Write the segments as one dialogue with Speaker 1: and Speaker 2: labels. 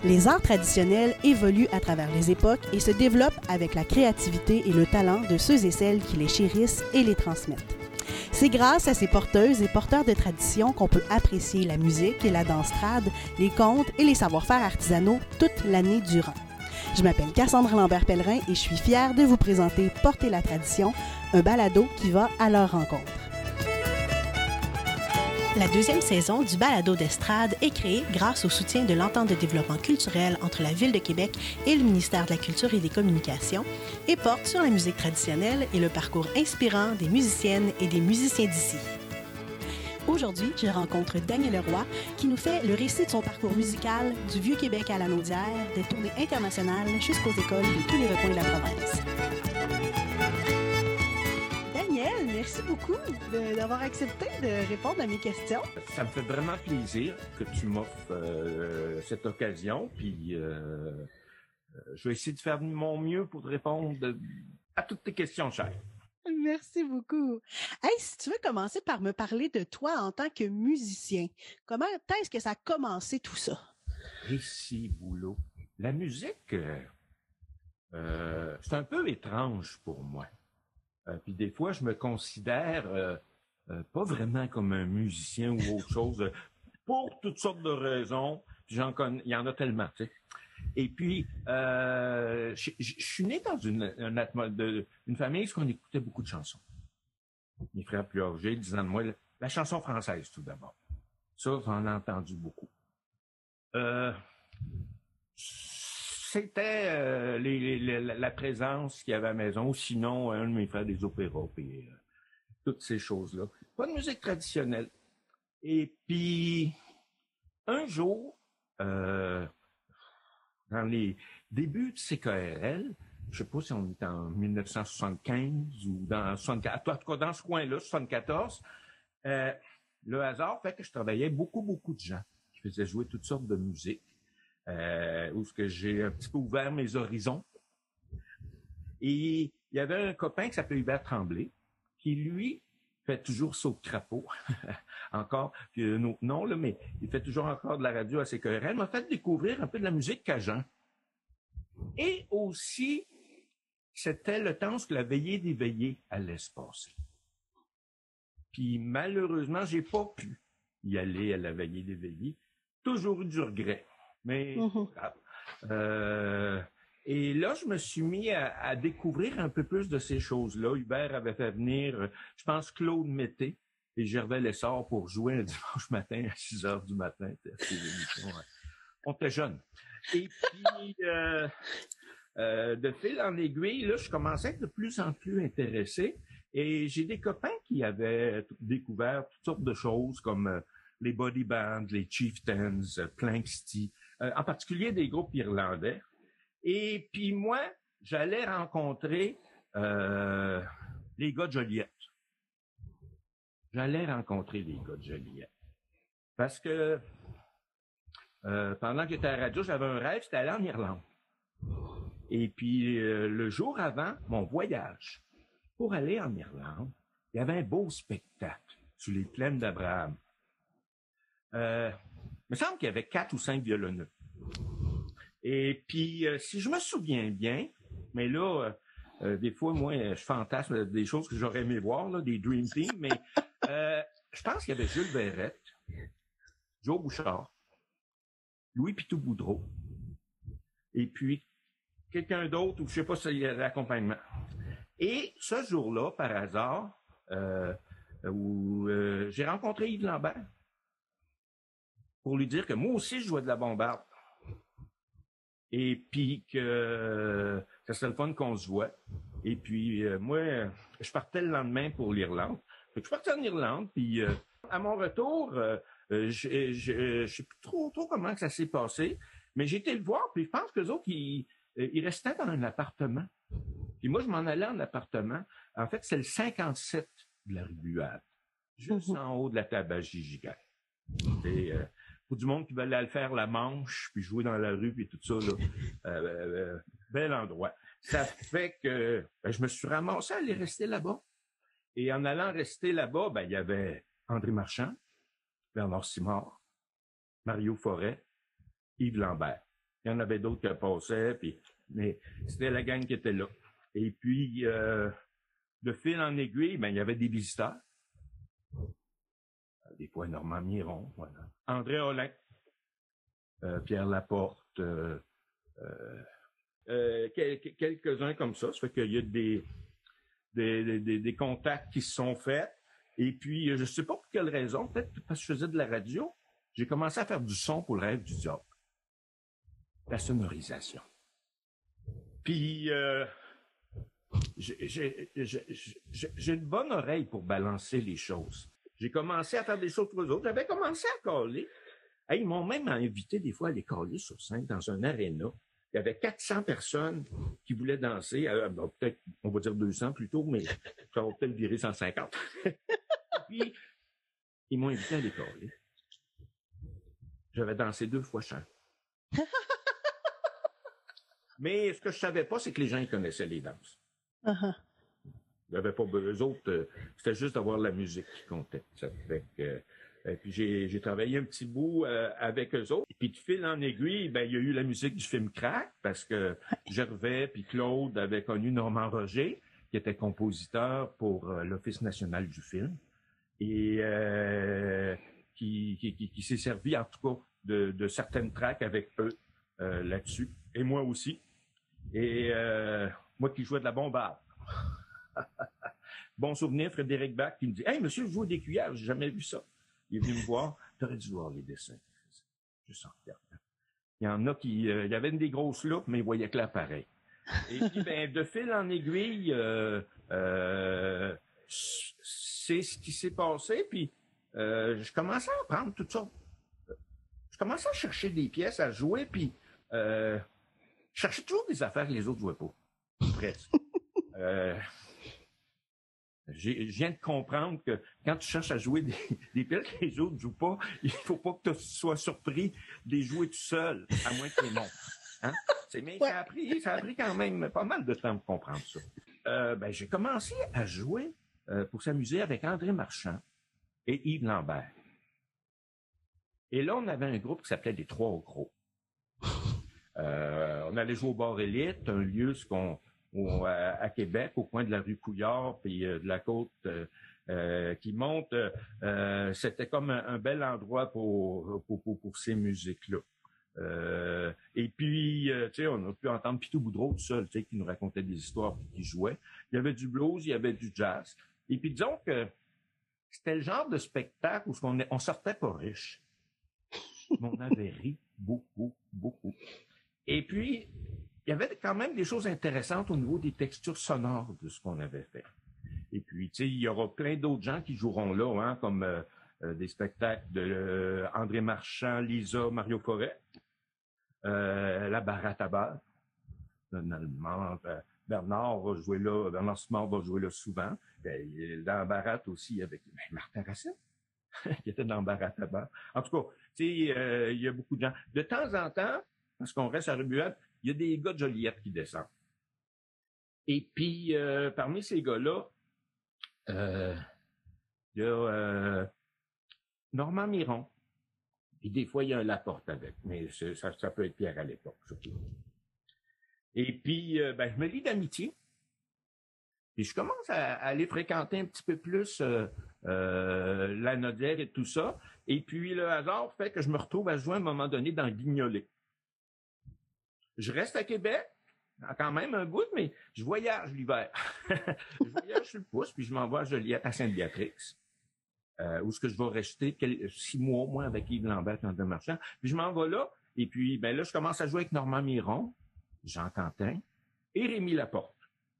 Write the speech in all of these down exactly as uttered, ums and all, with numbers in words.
Speaker 1: Les arts traditionnels évoluent à travers les époques et se développent avec la créativité et le talent de ceux et celles qui les chérissent et les transmettent. C'est grâce à ces porteuses et porteurs de traditions qu'on peut apprécier la musique et la danse trad, les contes et les savoir-faire artisanaux toute l'année durant. Je m'appelle Cassandre Lambert-Pellerin et je suis fière de vous présenter Porter la tradition, un balado qui va à leur rencontre. La deuxième saison du balado d'estrade est créée grâce au soutien de l'entente de développement culturel entre la Ville de Québec et le ministère de la Culture et des Communications et porte sur la musique traditionnelle et le parcours inspirant des musiciennes et des musiciens d'ici. Aujourd'hui, je rencontre Daniel Leroy qui nous fait le récit de son parcours musical du Vieux-Québec à la Naudière, des tournées internationales jusqu'aux écoles de tous les recoins de la province. Daniel, merci beaucoup de, d'avoir accepté de répondre à mes questions.
Speaker 2: Ça me fait vraiment plaisir que tu m'offres euh, cette occasion, puis euh, euh, je vais essayer de faire de mon mieux pour te répondre à toutes tes questions, chère.
Speaker 1: Merci beaucoup. Hey, si tu veux commencer par me parler de toi en tant que musicien, comment est-ce que ça a commencé tout ça?
Speaker 2: Récit, boulot. La musique, euh, euh, c'est un peu étrange pour moi. Euh, puis des fois, je me considère euh, euh, pas vraiment comme un musicien ou autre chose, euh, pour toutes sortes de raisons. Puis j'en connais, il y en a tellement, tu sais. Et puis, euh, je, je, je suis né dans une, une, de, une famille où on écoutait beaucoup de chansons. Mes frères plus âgés disant de moi, la chanson française tout d'abord. Ça, j'en ai entendu beaucoup. Euh, c'était euh, les, les, la présence qu'il y avait à la maison, ou sinon, un de mes frères des opéras, puis euh, toutes ces choses-là. Pas de musique traditionnelle. Et puis, un jour, euh, dans les débuts de C K R L, je ne sais pas si on est en dix-neuf cent soixante-quinze ou dans soixante-quatorze, en tout cas dans ce coin-là, soixante-quatorze, euh, le hasard fait que je travaillais beaucoup, beaucoup de gens qui faisaient jouer toutes sortes de musique, euh, où ce que j'ai un petit peu ouvert mes horizons. Et il y avait un copain qui s'appelait Hubert Tremblay, qui lui fait toujours saut de crapaud, encore, puis un autre nom, là, mais il fait toujours encore de la radio à C K R L, m'a fait découvrir un peu de la musique cajun. Et aussi, c'était le temps où la veillée des veillées allait se passer. Puis malheureusement, j'ai pas pu y aller à la veillée des veillées. Toujours eu du regret, mais
Speaker 1: Mm-hmm.
Speaker 2: euh, et là, je me suis mis à, à découvrir un peu plus de ces choses-là. Hubert avait fait venir, je pense, Claude Mété et Gervais Lessard pour jouer un dimanche matin à six heures du matin. On était jeunes. Et puis, euh, euh, de fil en aiguille, là, je commençais à être de plus en plus intéressé. Et j'ai des copains qui avaient découvert toutes sortes de choses comme euh, les body bands, les chieftains, euh, Planxty, euh, en particulier des groupes irlandais. Et puis moi, j'allais rencontrer euh, les gars de Joliette. J'allais rencontrer les gars de Joliette. Parce que euh, pendant que j'étais à la radio, j'avais un rêve, c'était aller en Irlande. Et puis euh, le jour avant mon voyage, pour aller en Irlande, il y avait un beau spectacle sur les plaines d'Abraham. Euh, il me semble qu'il y avait quatre ou cinq violonneux. Et puis, euh, si je me souviens bien, mais là, euh, euh, des fois, moi, je fantasme des choses que j'aurais aimé voir, là, des Dream Team, mais euh, je pense qu'il y avait Jules Verrette, Joe Bouchard, Louis Pitou-Boudreau, et puis quelqu'un d'autre, ou je sais pas s'il y a l'accompagnement. Et ce jour-là, par hasard, euh, où euh, j'ai rencontré Yves Lambert pour lui dire que moi aussi, je jouais de la bombarde. Et puis que euh, ça serait le fun qu'on se voit. Et puis euh, moi, je partais le lendemain pour l'Irlande. Fait que je partais en Irlande, puis euh, à mon retour, euh, je ne sais plus trop, trop comment que ça s'est passé, mais j'ai été le voir, puis je pense qu'eux autres, ils, ils restaient dans un appartement. Puis moi, je m'en allais en appartement. En fait, c'est le cinquante-sept de la rue Buade, juste mm-hmm. en haut de la tabagie giga. Et euh, pour du monde qui veut aller faire la manche, puis jouer dans la rue, puis tout ça, là, euh, euh, bel endroit. Ça fait que ben, je me suis ramassé à aller rester là-bas. Et en allant rester là-bas, ben il y avait André Marchand, Bernard Simard, Mario Forêt, Yves Lambert. il y en avait d'autres qui passaient, puis, mais c'était la gang qui était là. Et puis, euh, de fil en aiguille, ben, il y avait des visiteurs. Des fois, Normand Miron, voilà. André Olin, euh, Pierre Laporte, euh, euh, euh, quelques-uns comme ça. Ça fait qu'il y a des, des, des, des contacts qui se sont faits. Et puis, je ne sais pas pour quelle raison, peut-être parce que je faisais de la radio, j'ai commencé à faire du son pour le rêve du diable. La sonorisation. Puis, euh, j'ai, j'ai, j'ai, j'ai une bonne oreille pour balancer les choses. J'ai commencé à faire des choses pour eux autres. J'avais commencé à caler. Hey, ils m'ont même invité des fois à aller caler sur scène dans un aréna. Il y avait quatre cents personnes qui voulaient danser. Euh, ben, peut-être, on va dire deux cents plutôt, mais ça va peut-être virer cent cinquante. Puis, ils m'ont invité à aller caler. J'avais dansé deux fois chant. Mais ce que je savais pas, c'est que les gens ils connaissaient les danses. Uh-huh. Il n'y avait pas eux autres, euh, c'était juste d'avoir la musique qui comptait. Ça fait que, euh, puis j'ai, j'ai travaillé un petit bout euh, avec eux autres. Puis de fil en aiguille, ben il y a eu la musique du film Crack, parce que Gervais puis Claude avaient connu Normand Roger, qui était compositeur pour euh, l'Office national du film, et euh, qui, qui, qui, qui s'est servi en tout cas de, de certaines tracks avec eux euh, là-dessus, et moi aussi. Et euh, moi qui jouais de la bombarde. Bon souvenir, Frédéric Bach qui me dit « Hey, monsieur, je joue des cuillères, j'ai jamais vu ça. » Il est venu me voir, « T'aurais dû voir les dessins. » Je sens bien. Il y en a qui... Euh, il y avait une des grosses loupes, mais ils voyaient clair pareil. Et puis, ben, de fil en aiguille, euh, euh, c'est ce qui s'est passé, puis euh, je commençais à apprendre toutes sortes. Je commençais à chercher des pièces à jouer, puis euh, je cherchais toujours des affaires que les autres ne jouaient pas. Presque. euh, J'ai, je viens de comprendre que quand tu cherches à jouer des, des pièces que les autres ne jouent pas, il ne faut pas que tu sois surpris de les jouer tout seul, à moins que tu les montres. Hein? C'est, mais ouais. ça, a pris, ça a pris quand même pas mal de temps pour comprendre ça. Euh, ben, j'ai commencé à jouer euh, pour s'amuser avec André Marchand et Yves Lambert. Et là, on avait un groupe qui s'appelait Les Trois Gros. Euh, on allait jouer au Bar Élite, un lieu ce qu'on Au, à, à Québec, au coin de la rue Couillard, puis euh, de la côte euh, euh, qui monte. Euh, c'était comme un, un bel endroit pour, pour, pour, pour ces musiques-là. Euh, et puis, euh, tu sais, on a pu entendre Pitou Boudreau tout seul, tu sais, qui nous racontait des histoires puis qui jouait. Il y avait du blues, il y avait du jazz. Et puis, disons que c'était le genre de spectacle où on, on sortait pas riche. Mais on avait ri beaucoup, beaucoup. Et puis, il y avait quand même des choses intéressantes au niveau des textures sonores de ce qu'on avait fait. Et puis, tu sais, il y aura plein d'autres gens qui joueront là, hein, comme euh, euh, des spectacles de euh, André Marchand, Lisa, Mario Forêt, euh, la Baratte à beurre, finalement, euh, Bernard va jouer là, Bernard Simard va jouer là souvent. Ben, dans Baratte aussi, avec ben, Martin Racine, qui était dans Baratte à beurre. En tout cas, tu sais, euh, il y a beaucoup de gens. De temps en temps, parce qu'on reste à Rebuade, il y a des gars de Joliette qui descendent. Et puis, euh, parmi ces gars-là, euh, il y a euh, Normand Miron. Et des fois, il y a un Laporte avec, mais ça, ça peut être Pierre à l'époque, surtout. Et puis, euh, ben, je me lie d'amitié. Et je commence à, à aller fréquenter un petit peu plus euh, euh, la Nodière et tout ça. Et puis, le hasard fait que je me retrouve à jouer à un moment donné dans Guignolé. Je reste à Québec, quand même un bout, mais je voyage l'hiver. Je voyage sur le pouce, puis je m'envoie à Joliette, à Sainte-Béatrix, euh, où est-ce que je vais rester quelques, six mois au moins avec Yves Lambert et André Marchand. Puis je m'en vais là, et puis ben là, je commence à jouer avec Normand Miron, Jean Quentin et Rémi Laporte.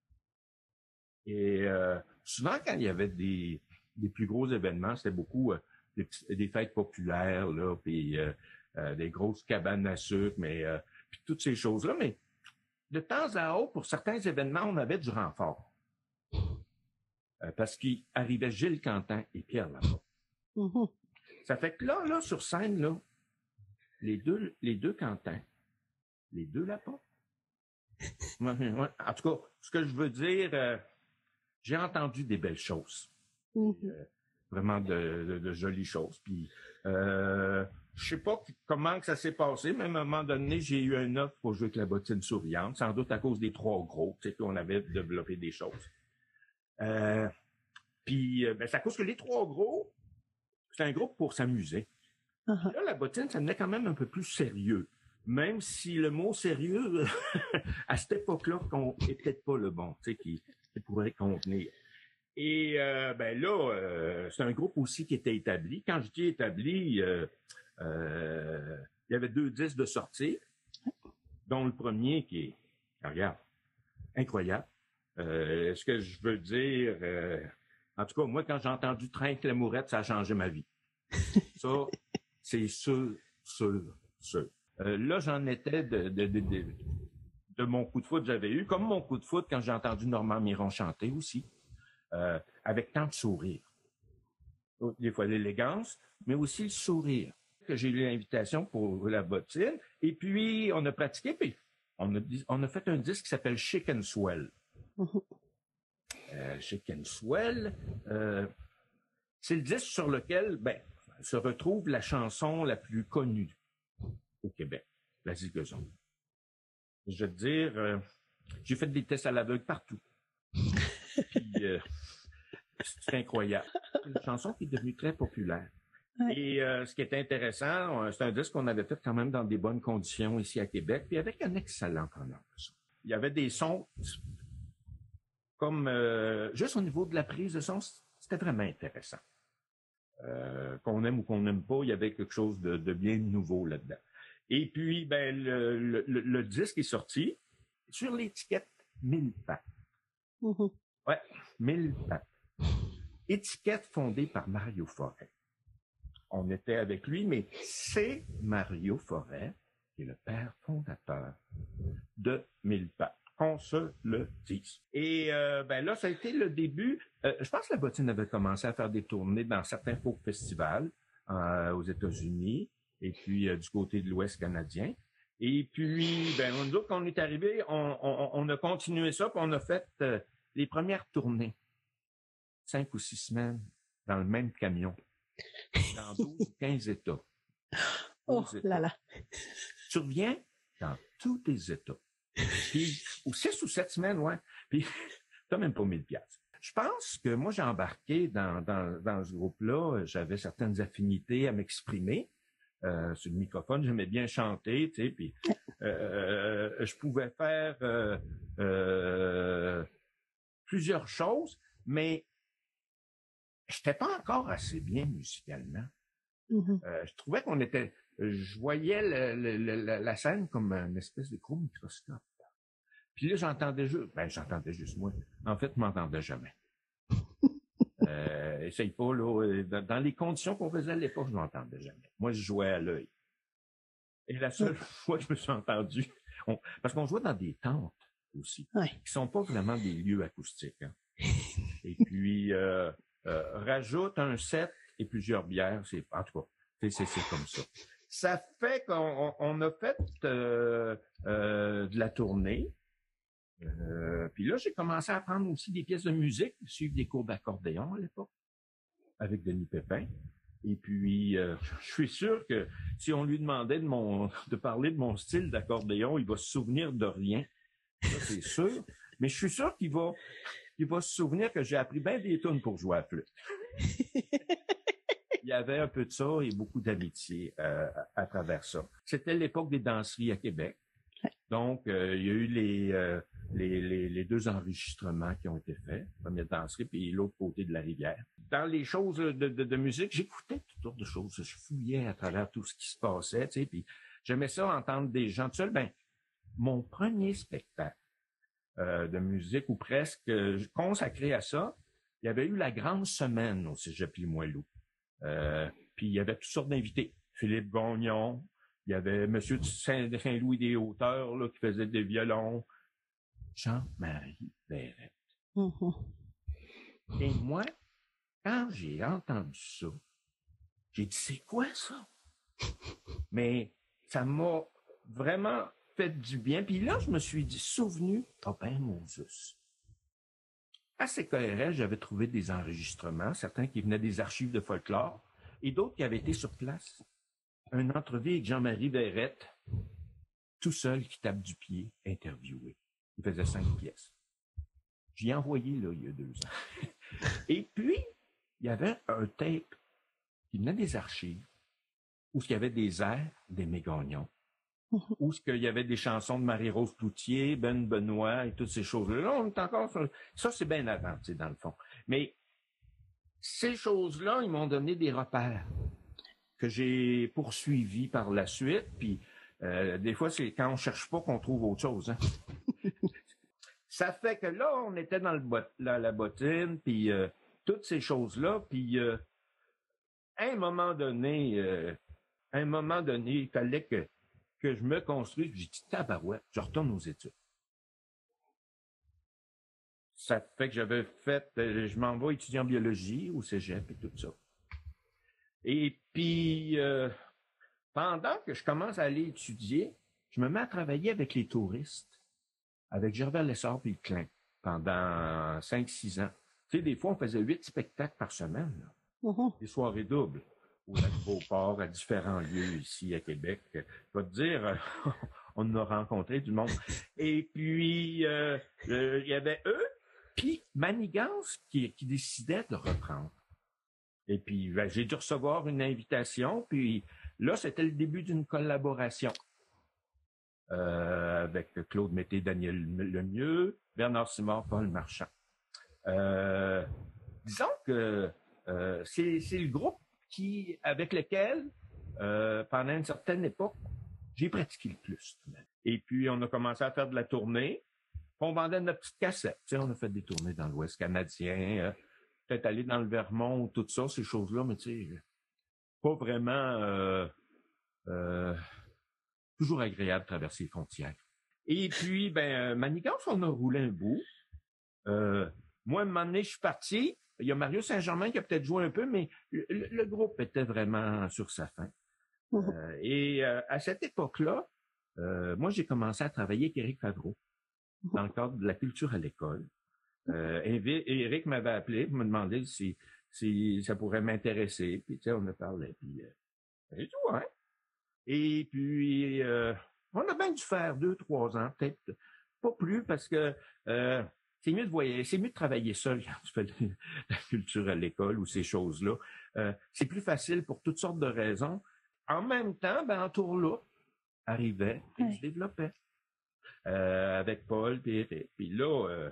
Speaker 2: Et euh, souvent, quand il y avait des, des plus gros événements, c'était beaucoup euh, des, des fêtes populaires, là, puis euh, euh, des grosses cabanes à sucre, mais euh, puis toutes ces choses-là. Mais de temps à autre, pour certains événements, on avait du renfort. Euh, parce qu'il arrivait Gilles Quentin et Pierre Laporte. Mm-hmm. Ça fait que là, là, sur scène, là, les deux, les deux Quentin, les deux Laporte. En tout cas, ce que je veux dire, euh, j'ai entendu des belles choses. Mm-hmm. Euh, vraiment de, de, de jolies choses. Puis, euh, je sais pas comment que ça s'est passé, mais à un moment donné, j'ai eu un offre pour jouer avec la bottine souriante, sans doute à cause des trois gros, tu sais, qu'on avait développé des choses. Euh, puis, ben, c'est à cause que les trois gros, c'est un groupe pour s'amuser. Uh-huh. Là, la bottine, ça devenait quand même un peu plus sérieux. Même si le mot sérieux, à cette époque-là, n'est peut-être pas le bon, tu sais, qui, qui pourrait convenir. Et euh, ben là, euh, c'est un groupe aussi qui était établi. Quand je dis établi, euh, euh, il y avait deux disques de sortie, dont le premier qui est, regarde, incroyable. Euh, ce que je veux dire, euh, en tout cas, moi, quand j'ai entendu Train que la mourette, ça a changé ma vie. Ça, c'est sûr, sûr, sûr. Euh, là, j'en étais de, de, de, de, de mon coup de foot que j'avais eu, comme mon coup de foot quand j'ai entendu Normand Miron chanter aussi, euh, avec tant de sourire. Des fois l'élégance, mais aussi le sourire. Que j'ai eu l'invitation pour la bottine, et puis on a pratiqué, puis on a, on a fait un disque qui s'appelle Chicken Swell. Euh, Chicken Swell, euh, c'est le disque sur lequel, ben, se retrouve la chanson la plus connue au Québec, la Zigazon. Je veux te dire, euh, j'ai fait des tests à l'aveugle partout. Puis, euh, c'est incroyable. C'est une chanson qui est devenue très populaire. Ouais. Et euh, ce qui est intéressant, c'est un disque qu'on avait fait quand même dans des bonnes conditions ici à Québec, puis avec un excellent teneur de son. Il y avait des sons comme, euh, juste au niveau de la prise de son, c'était vraiment intéressant. Euh, qu'on aime ou qu'on n'aime pas, il y avait quelque chose de, de bien nouveau là-dedans. Et puis, ben, le, le, le disque est sorti sur l'étiquette Mille Pattes. Mm-hmm. Ouais, Mille Pattes. Étiquette fondée par Mario Forêt. On était avec lui, mais c'est Mario Forêt qui est le père fondateur de Mille Pattes. Qu'on se le dise. Et euh, ben là, ça a été le début. Euh, je pense que la bottine avait commencé à faire des tournées dans certains folk festivals euh, aux États-Unis et puis euh, du côté de l'Ouest canadien. Et puis, ben nous autres, quand on est arrivés, on, on, on a continué ça, puis on a fait euh, les premières tournées, cinq ou six semaines, dans le même camion, dans douze ou quinze États.
Speaker 1: Oh
Speaker 2: États.
Speaker 1: là là!
Speaker 2: Tu reviens dans tous les États. Puis, ou six ou sept semaines, ouais. Puis, t'as même pas mille piastres. Je pense que moi, j'ai embarqué dans, dans, dans ce groupe-là. J'avais certaines affinités à m'exprimer. Euh, sur le microphone, j'aimais bien chanter, tu sais, puis euh, je pouvais faire euh, euh, plusieurs choses, mais j'étais pas encore assez bien musicalement. Mm-hmm. Euh, je trouvais qu'on était... Je voyais le, le, le, la scène comme une espèce de gros microscope. Puis là, j'entendais juste... Ben, j'entendais juste moi. En fait, je m'entendais jamais. euh, essaye pas, là. Dans, dans les conditions qu'on faisait à l'époque, je m'entendais jamais. Moi, je jouais à l'œil. Et la seule fois que je me suis entendu... On, parce qu'on jouait dans des tentes aussi, ouais. Qui sont pas vraiment des lieux acoustiques. Hein. Et puis, euh, euh, rajoute un set et plusieurs bières. C'est, en tout cas, c'est, c'est, c'est comme ça. Ça fait qu'on on a fait euh, euh, de la tournée. Euh, puis là, j'ai commencé à apprendre aussi des pièces de musique, suivre des cours d'accordéon à l'époque, avec Denis Pépin. Et puis, euh, je suis sûr que si on lui demandait de, mon, de parler de mon style d'accordéon, il va se souvenir de rien. Ça, c'est sûr. Mais je suis sûr qu'il va, qu'il va se souvenir que j'ai appris bien des tunes pour jouer à la flûte. Il y avait un peu de ça et beaucoup d'amitié euh, à, à travers ça. C'était l'époque des danseries à Québec. Donc, euh, il y a eu les, euh, les, les, les deux enregistrements qui ont été faits, la première danserie, puis l'autre côté de la rivière. Dans les choses de, de, de musique, j'écoutais toutes sortes de choses. Je fouillais à travers tout ce qui se passait, tu sais, puis j'aimais ça entendre des gens tout seuls. Ben, mon premier spectacle euh, de musique, ou presque euh, consacré à ça, il y avait eu la grande semaine au Cégep Limoilou. Euh, puis il y avait toutes sortes d'invités. Philippe Gagnon, il y avait Monsieur de Saint-Louis des Hauteurs là, qui faisait des violons. Jean-Marie Verrette. Mm-hmm. Et moi, quand j'ai entendu ça, j'ai dit, c'est quoi ça? Mais ça m'a vraiment fait du bien. Puis là, je me suis dit, souvenu, oh ben Moses. À C K R L, j'avais trouvé des enregistrements, certains qui venaient des archives de folklore, et d'autres qui avaient été sur place. une entrevue avec Jean-Marie Verrette, tout seul qui tape du pied, interviewé. Il faisait cinq pièces. J'y ai envoyé, là, il y a deux ans. Et puis, il y avait un tape qui venait des archives, où il y avait des airs d'Aimé Gagnon, où il y avait des chansons de Marie-Rose Cloutier, Ben Benoît et toutes ces choses-là. Là, on est encore sur... Ça, c'est bien avant, tu sais, dans le fond. Mais ces choses-là, ils m'ont donné des repères que j'ai poursuivis par la suite. Puis, euh, des fois, c'est quand on cherche pas qu'on trouve autre chose. Hein? Ça fait que là, on était dans le bot, la, la bottine, puis euh, toutes ces choses-là. Puis, euh, à un moment donné, euh, à un moment donné, il fallait que, que je me construise. J'ai dit, tabarouette, je retourne aux études. Ça fait que j'avais fait, euh, je m'en vais étudier en biologie au cégep et tout ça. Et puis, euh, pendant que je commence à aller étudier, je me mets à travailler avec les touristes, avec Gervais Lessard puis le Klein, pendant cinq six ans. Tu sais, des fois, on faisait huit spectacles par semaine, là. Mm-hmm. Des soirées doubles, au lac Beauport, à différents lieux ici à Québec. Je vais te dire, on a rencontré du monde. Et puis, euh, euh, il y avait eux, puis Manigance qui, qui décidait de reprendre. Et puis, ben, j'ai dû recevoir une invitation, puis là, c'était le début d'une collaboration euh, avec Claude Mété, Daniel Lemieux, Bernard Simard, Paul Marchand. Euh, disons que euh, c'est, c'est le groupe qui, avec lequel, euh, pendant une certaine époque, j'ai pratiqué le plus. Et puis, on a commencé à faire de la tournée. On vendait notre petite cassette. Tu sais, on a fait des tournées dans l'Ouest canadien, euh, peut-être aller dans le Vermont, tout ça, ces choses-là, mais tu sais, pas vraiment euh, euh, toujours agréable de traverser les frontières. Et puis, ben, Manigance, on a roulé un bout. Euh, moi, à un moment donné, je suis parti. Il y a Mario Saint-Germain qui a peut-être joué un peu, mais le, le groupe était vraiment sur sa fin. Mmh. Euh, et euh, à cette époque-là, euh, moi, j'ai commencé à travailler avec Éric Favreau dans le cadre de la culture à l'école. Euh, Éric m'avait appelé pour me demander si, si ça pourrait m'intéresser. Puis, tu sais, on a parlé. Puis, euh, et tout, hein. Et puis, euh, on a bien dû faire deux, trois ans, peut-être pas plus, parce que euh, c'est mieux de voyager, c'est mieux de travailler seul quand tu fais de la culture à l'école ou ces choses-là. Euh, c'est plus facile pour toutes sortes de raisons. En même temps, ben, Entourloupe arrivait et oui. se développait. Euh, avec Paul et Éric. Puis là, euh,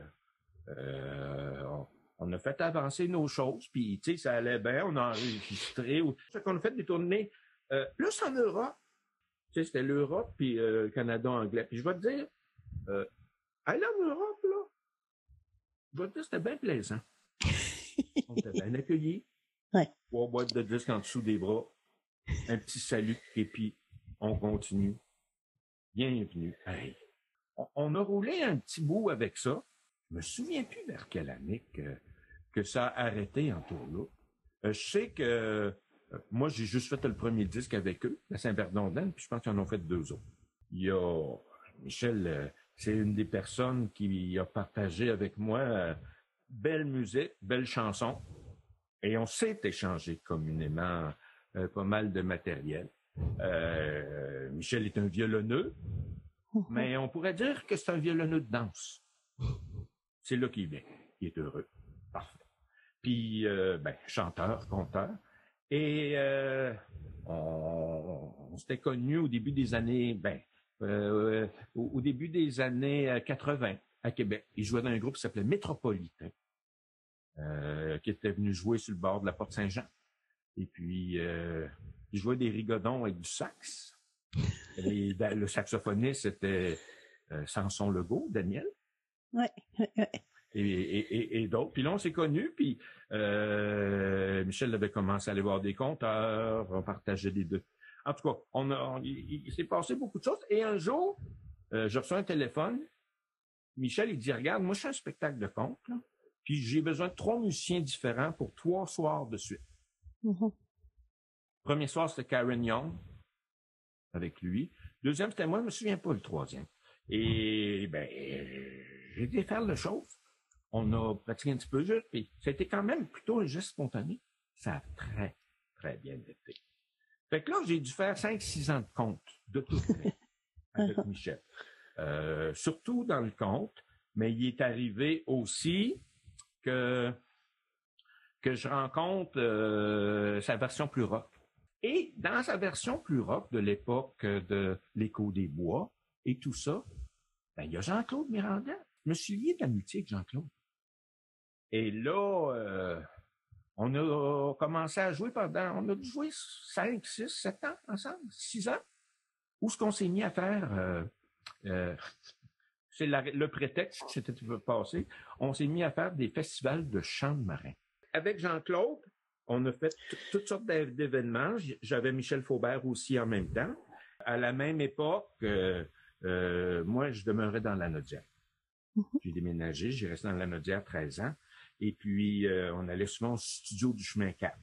Speaker 2: euh, on, on a fait avancer nos choses, puis tu sais, ça allait bien, on a enregistré. C'est qu'on a fait des tournées euh, plus en Europe. Tu sais, c'était l'Europe, puis euh, le Canada anglais. Puis je vais te dire, euh, aller en Europe, là, je vais te dire, c'était bien plaisant. On était bien accueillis. Ouais. Trois boîtes de disques en dessous des bras. Un petit salut, et puis on continue. Bienvenue. Hey. On a roulé un petit bout avec ça. Je me souviens plus vers quelle année que, que ça a arrêté en tournoi. Euh, je sais que euh, moi, j'ai juste fait le premier disque avec eux, la Saint-Bernardin, puis je pense qu'ils en ont fait deux autres. Il y a Michel, euh, c'est une des personnes qui a partagé avec moi euh, belle musique, belle chanson, et on s'est échangé communément euh, pas mal de matériel. Euh, Michel est un violonneux. Mais on pourrait dire que c'est un violonneux de danse. C'est là qu'il est, il est heureux. Parfait. Puis, euh, ben, chanteur, conteur. Et euh, on, on s'était connus au début des années, ben, euh, au, au début des années quatre-vingts à Québec. Il jouait dans un groupe qui s'appelait Métropolitain, euh, qui était venu jouer sur le bord de la Porte Saint-Jean. Et puis, euh, il jouait des rigodons avec du sax. Et le saxophoniste, c'était euh, Samson Legault, Daniel.
Speaker 1: Oui, oui, oui.
Speaker 2: Et, et, et, et d'autres. Puis là, on s'est connus, puis euh, Michel avait commencé à aller voir des compteurs, on partageait des deux. En tout cas, on a, on, il, il s'est passé beaucoup de choses. Et un jour, euh, je reçois un téléphone. Michel, il dit, regarde, moi, je fais un spectacle de conte, là, puis j'ai besoin de trois musiciens différents pour trois soirs de suite. Mm-hmm. Premier soir, c'était Karen Young. Avec lui. Deuxième, c'était moi, je me souviens pas le troisième. Et, ben, j'ai été faire le chose. On a pratiqué un petit peu juste, puis c'était quand même plutôt un geste spontané. Ça a très, très bien été. Fait que là, j'ai dû faire cinq six ans de conte, de tout près, avec Michel. Euh, surtout dans le conte, mais il est arrivé aussi que, que je rencontre euh, sa version plus rock. Et dans sa version plus rock de l'époque de l'Écho des Bois et tout ça, ben, il y a Jean-Claude Miranda. Je me suis lié d'amitié avec Jean-Claude. Et là, euh, on a commencé à jouer pendant, on a dû jouer cinq, six, sept ans ensemble, six ans. Où ce qu'on s'est mis à faire, euh, euh, c'est la, le prétexte qui s'était passé, on s'est mis à faire des festivals de chants de marins. Avec Jean-Claude, on a fait t- toutes sortes d'événements. J'avais Michel Faubert aussi en même temps. À la même époque, euh, euh, moi, je demeurais dans Lanaudière. Mm-hmm. J'ai déménagé, j'ai resté dans Lanaudière treize ans. Et puis, euh, on allait souvent au studio du Chemin quatre,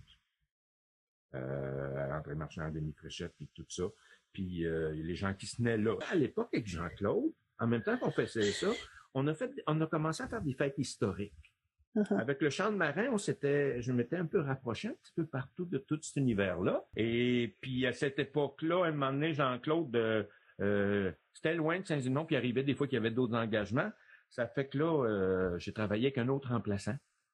Speaker 2: euh, à l'André Marchand, à Denis Fréchette, puis tout ça. Puis, euh, les gens qui se tenaient là. À l'époque, avec Jean-Claude, en même temps qu'on faisait ça, on a fait, on a commencé à faire des fêtes historiques. Uh-huh. Avec le chant de marin, on s'était, je m'étais un peu rapproché un petit peu partout de tout cet univers-là. Et puis, à cette époque-là, à un moment donné, Jean-Claude, euh, euh, c'était loin de Saint-Zénon, puis il arrivait des fois qu'il y avait d'autres engagements. Ça fait que là, euh, j'ai travaillé avec un autre remplaçant,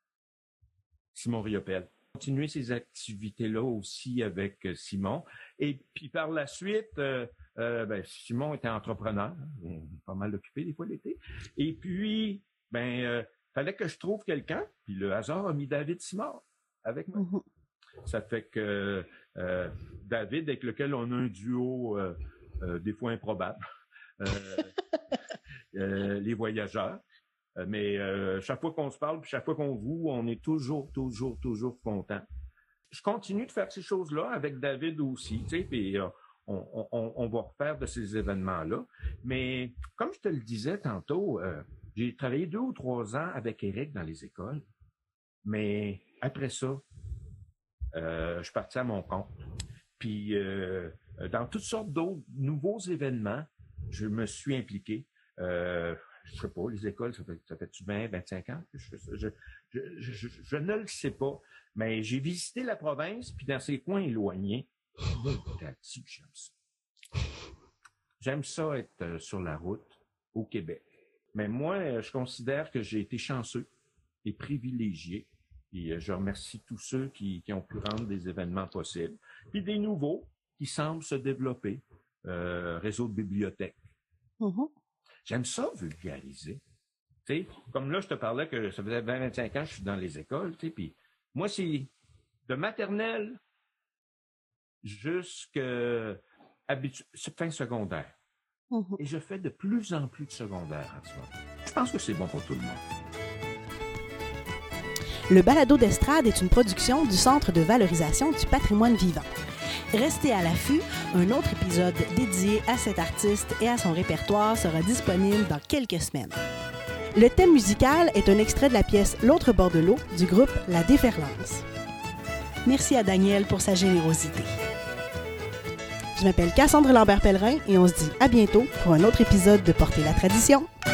Speaker 2: Simon Riopel. Continuer ces activités-là aussi avec euh, Simon. Et puis par la suite, euh, euh, ben, Simon était entrepreneur, hein, pas mal occupé des fois l'été. Et puis, ben, euh, fallait que je trouve quelqu'un. Puis le hasard a mis David Simard avec moi. Mm-hmm. Ça fait que euh, David, avec lequel on a un duo euh, euh, des fois improbable, euh, euh, les voyageurs. Euh, mais euh, chaque fois qu'on se parle, puis chaque fois qu'on voit, on est toujours, toujours, toujours content. Je continue de faire ces choses-là avec David aussi, tu sais, puis euh, on, on, on va refaire de ces événements-là. Mais comme je te le disais tantôt, euh, j'ai travaillé deux ou trois ans avec Éric dans les écoles. Mais après ça, euh, je suis parti à mon compte. Puis euh, dans toutes sortes d'autres nouveaux événements, je me suis impliqué. Euh, Je sais pas, les écoles, ça fait, ça fait-tu vingt, vingt-cinq ans? Je, je, je, je, je, je ne le sais pas. Mais j'ai visité la province, puis dans ces coins éloignés, t'as dit que j'aime ça. J'aime ça être sur la route au Québec. Mais moi, je considère que j'ai été chanceux et privilégié. Et je remercie tous ceux qui, qui ont pu rendre des événements possibles. Puis des nouveaux qui semblent se développer. Euh, réseau de bibliothèques. Mm-hmm. J'aime ça vulgariser. Tu sais, comme là, je te parlais que ça faisait vingt, vingt-cinq ans que je suis dans les écoles, tu sais, puis moi, c'est de maternelle jusqu'à habitu- fin secondaire. Mm-hmm. Et je fais de plus en plus de secondaire en ce moment. Je pense que c'est bon pour tout le monde.
Speaker 1: Le balado d'estrade est une production du Centre de valorisation du patrimoine vivant. Restez à l'affût, un autre épisode dédié à cet artiste et à son répertoire sera disponible dans quelques semaines. Le thème musical est un extrait de la pièce L'autre bord de l'eau du groupe La Déferlance. Merci à Daniel pour sa générosité. Je m'appelle Cassandre Lambert-Pellerin et on se dit à bientôt pour un autre épisode de Porter la tradition.